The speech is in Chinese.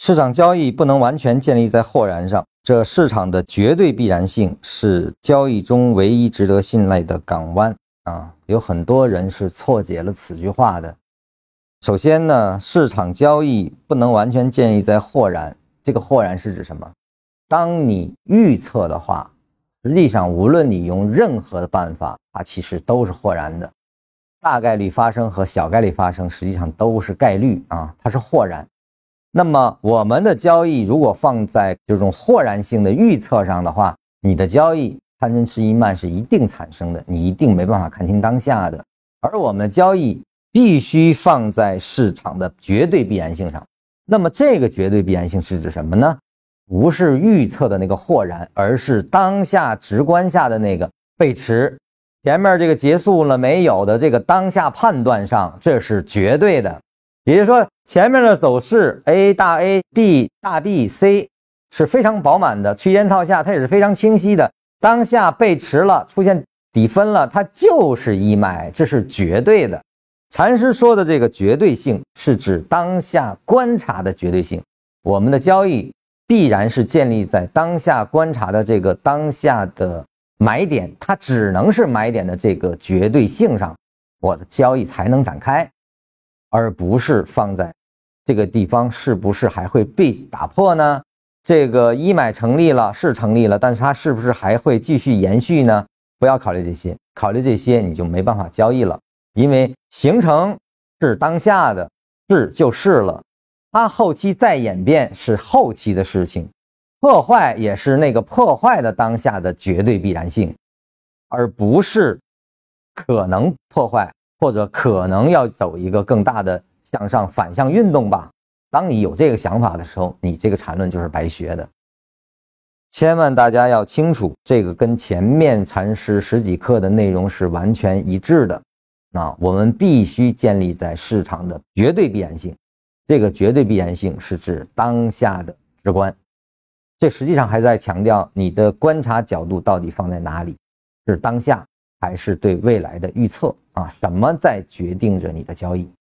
市场交易不能完全建立在豁然上，这市场的绝对必然性是交易中唯一值得信赖的港湾啊！有很多人是错解了此句话的。首先呢，市场交易不能完全建立在豁然，这个豁然是指什么？当你预测的话，实际上无论你用任何的办法，它其实都是豁然的。大概率发生和小概率发生实际上都是概率啊，它是豁然。那么我们的交易如果放在这种豁然性的预测上的话，你的交易贪嗔痴疑慢是一定产生的，你一定没办法看清当下的。而我们的交易必须放在市场的绝对必然性上。那么这个绝对必然性是指什么呢？不是预测的那个豁然，而是当下直观下的那个背驰。前面这个结束了没有的这个当下判断上，这是绝对的。也就是说，前面的走势 A 大 A、B 大 B、C 是非常饱满的，区间套下它也是非常清晰的。当下背驰了，出现底分了，它就是一买，这是绝对的。禅师说的这个绝对性是指当下观察的绝对性，我们的交易必然是建立在当下观察的这个当下的买点，它只能是买点的这个绝对性上，我的交易才能展开。而不是放在这个地方是不是还会被打破呢？这个一买成立了是成立了，但是它是不是还会继续延续呢？不要考虑这些，考虑这些你就没办法交易了，因为形成是当下的，是就是了，它后期再演变是后期的事情，破坏也是那个破坏的当下的绝对必然性，而不是可能破坏或者可能要走一个更大的向上反向运动吧。当你有这个想法的时候，你这个禅论就是白学的。千万大家要清楚，这个跟前面禅师十几课的内容是完全一致的。我们必须建立在市场的绝对必然性，这个绝对必然性是指当下的直观。这实际上还在强调你的观察角度到底放在哪里，是当下还是对未来的预测啊？什么在决定着你的交易？